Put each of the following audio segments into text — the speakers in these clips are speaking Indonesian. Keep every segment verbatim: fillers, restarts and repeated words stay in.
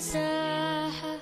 مساحة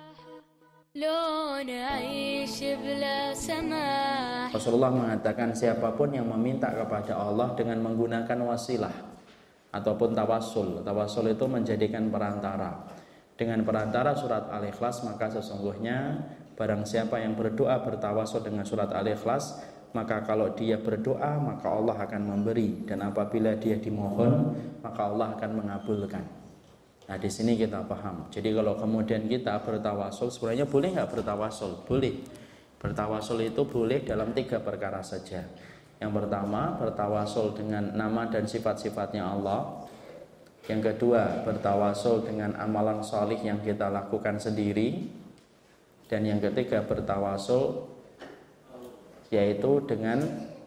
لو نعيش بلا سماح. Rasulullah mengatakan siapapun yang meminta kepada Allah dengan menggunakan wasilah ataupun tawasul. Tawasul itu menjadikan perantara. Dengan perantara surat Al-Ikhlas, maka sesungguhnya barang siapa yang berdoa bertawasul dengan surat Al-Ikhlas, maka kalau dia berdoa maka Allah akan memberi, dan apabila dia dimohon maka Allah akan mengabulkan. Nah, di sini kita paham. Jadi kalau kemudian kita bertawasul, sebenarnya boleh nggak bertawasul? Boleh. Bertawasul itu boleh dalam tiga perkara saja. Yang pertama, bertawasul dengan nama dan sifat-sifatnya Allah. Yang kedua, bertawasul dengan amalan salih yang kita lakukan sendiri. Dan yang ketiga, bertawasul yaitu dengan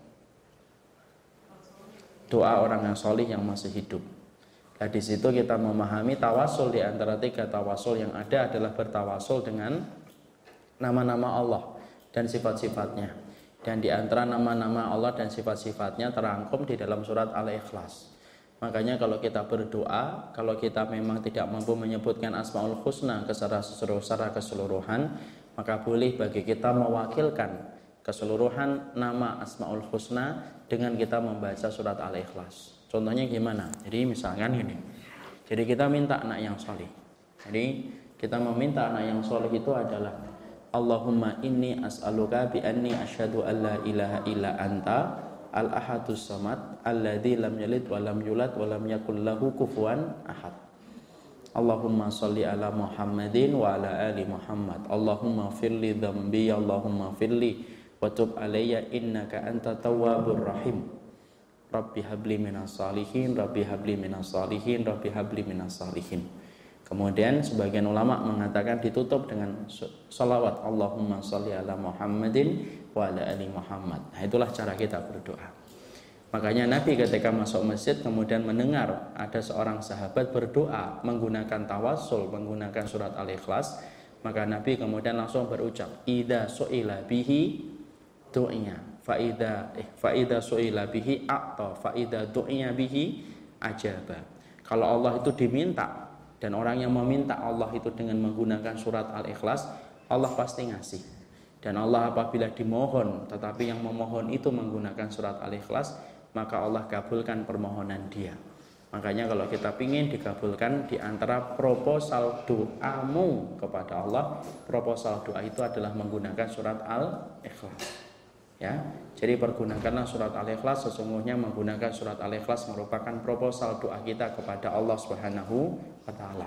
doa orang yang salih yang masih hidup. Nah, di situ kita memahami tawasul. Di antara tiga tawasul yang ada adalah bertawasul dengan nama-nama Allah dan sifat-sifatnya. Dan di antara nama-nama Allah dan sifat-sifatnya terangkum di dalam surat Al-Ikhlas. Makanya kalau kita berdoa, kalau kita memang tidak mampu menyebutkan Asmaul Husna secara keseluruhan, maka boleh bagi kita mewakilkan keseluruhan nama Asmaul Husna dengan kita membaca surat Al-Ikhlas. Contohnya gimana? Jadi misalkan ini. Jadi kita minta anak yang soleh. Jadi kita meminta anak yang soleh itu adalah Allahumma inni as'aluka bi anni asyhadu an la ilaha illa anta al-ahadus samad alladzi lam yalid wa lam yulad wa lam yakul lahu kufuwan ahad. Allahumma shalli ala Muhammadin wa ala ali Muhammad. Allahumma firli dzambi, Allahumma firli wa tub alayya innaka anta tawwabur rahim. Rabbi habli minas salihin, Rabbi habli minas salihin, Rabbi habli minas salihin. Kemudian sebagian ulama mengatakan ditutup dengan salawat Allahumma sholli ala Muhammadin wa ala ali Muhammad. Nah, itulah cara kita berdoa. Makanya Nabi ketika masuk masjid kemudian mendengar ada seorang sahabat berdoa menggunakan tawasul, menggunakan surat Al-Ikhlas, maka Nabi kemudian langsung berucap, idza su'ila bihi du'iya fa idza eh, fa idza su'ila bihi a'ta fa idza du'iya bihi ajaba. Kalau Allah itu diminta dan orang yang meminta Allah itu dengan menggunakan surat Al-Ikhlas, Allah pasti ngasih. Dan Allah apabila dimohon, tetapi yang memohon itu menggunakan surat Al-Ikhlas, maka Allah kabulkan permohonan dia. Makanya kalau kita ingin dikabulkan, di antara proposal doamu kepada Allah, proposal doa itu adalah menggunakan surat Al-Ikhlas. Ya, jadi pergunakanlah surat Al-Ikhlas. Sesungguhnya menggunakan surat Al-Ikhlas merupakan proposal doa kita kepada Allah Subhanahu wa taala.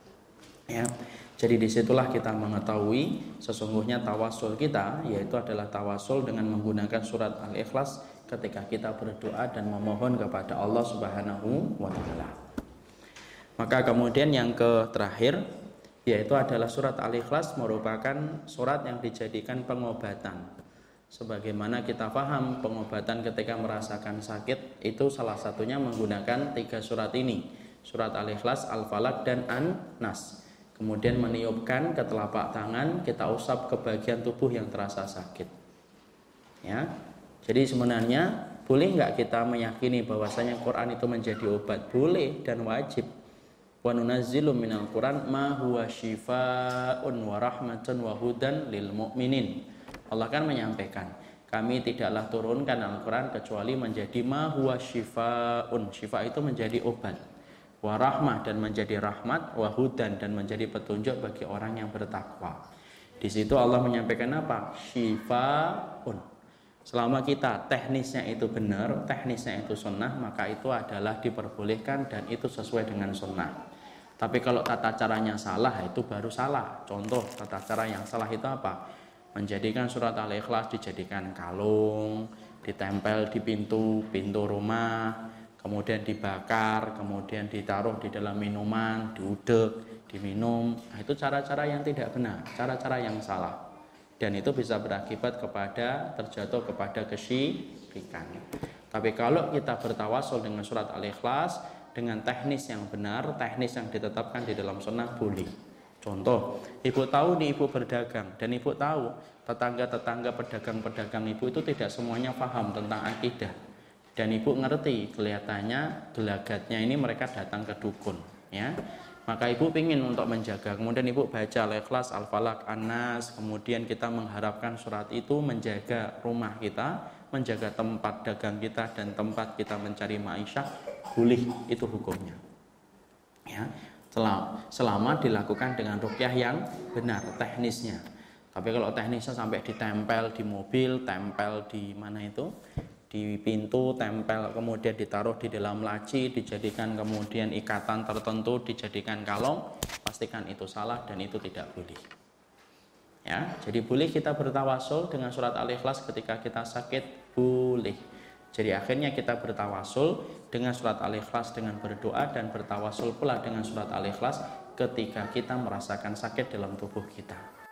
Ya. Jadi disitulah kita mengetahui sesungguhnya tawasul kita yaitu adalah tawasul dengan menggunakan surat Al-Ikhlas ketika kita berdoa dan memohon kepada Allah Subhanahu wa taala. Maka kemudian yang ke terakhir yaitu adalah surat Al-Ikhlas merupakan surat yang dijadikan pengobatan. Sebagaimana kita paham pengobatan ketika merasakan sakit itu salah satunya menggunakan tiga surat ini, surat Al-Ikhlas, Al-Falaq dan An-Nas. Kemudian meniupkan ke telapak tangan, kita usap ke bagian tubuh yang terasa sakit. Ya, jadi sebenarnya boleh nggak kita meyakini bahwasanya Quran itu menjadi obat? Boleh dan wajib. Wa nunazzilu minal Quran ma huwa syifaa'un wa rahmatun wa hudan lil mu'minin. Allah kan menyampaikan, kami tidaklah turunkan Al-Quran kecuali menjadi ma huwa syifa'un. Syifa itu menjadi obat, wa rahmah dan menjadi rahmat, wa hudan dan menjadi petunjuk bagi orang yang bertakwa. Di situ Allah menyampaikan apa? Syifa'un. Selama kita teknisnya itu benar, teknisnya itu sunnah, maka itu adalah diperbolehkan dan itu sesuai dengan sunnah. Tapi kalau tata caranya salah, itu baru salah. Contoh tata cara yang salah itu apa? Menjadikan surat Al-Ikhlas dijadikan kalung, ditempel di pintu pintu rumah, kemudian dibakar, kemudian ditaruh di dalam minuman, diudek, diminum. Nah, itu cara-cara yang tidak benar, cara-cara yang salah. Dan itu bisa berakibat kepada terjatuh kepada kesyirikan. Tapi kalau kita bertawasul dengan surat Al-Ikhlas dengan teknis yang benar, teknis yang ditetapkan di dalam sunnah, boleh. Contoh, ibu tahu nih ibu berdagang dan ibu tahu tetangga-tetangga pedagang-pedagang ibu itu tidak semuanya paham tentang akidah. Dan ibu ngerti kelihatannya gelagatnya ini mereka datang ke dukun. ya. Maka ibu ingin untuk menjaga, kemudian ibu baca Al-Ikhlas, Al-Falaq, An-Nas, kemudian kita mengharapkan surat itu menjaga rumah kita, menjaga tempat dagang kita dan tempat kita mencari ma'isyah, boleh, itu hukumnya. Ya, selama, selama dilakukan dengan ruqyah yang benar teknisnya. Tapi kalau teknisnya sampai ditempel di mobil, tempel di mana itu? Di pintu, tempel, kemudian ditaruh di dalam laci, dijadikan kemudian ikatan tertentu, dijadikan kalung, pastikan itu salah dan itu tidak boleh. Ya, jadi boleh kita bertawasul dengan surat Al-Ikhlas ketika kita sakit, boleh. Jadi akhirnya kita bertawasul dengan surat Al-Ikhlas dengan berdoa dan bertawasul pula dengan surat Al-Ikhlas ketika kita merasakan sakit dalam tubuh kita.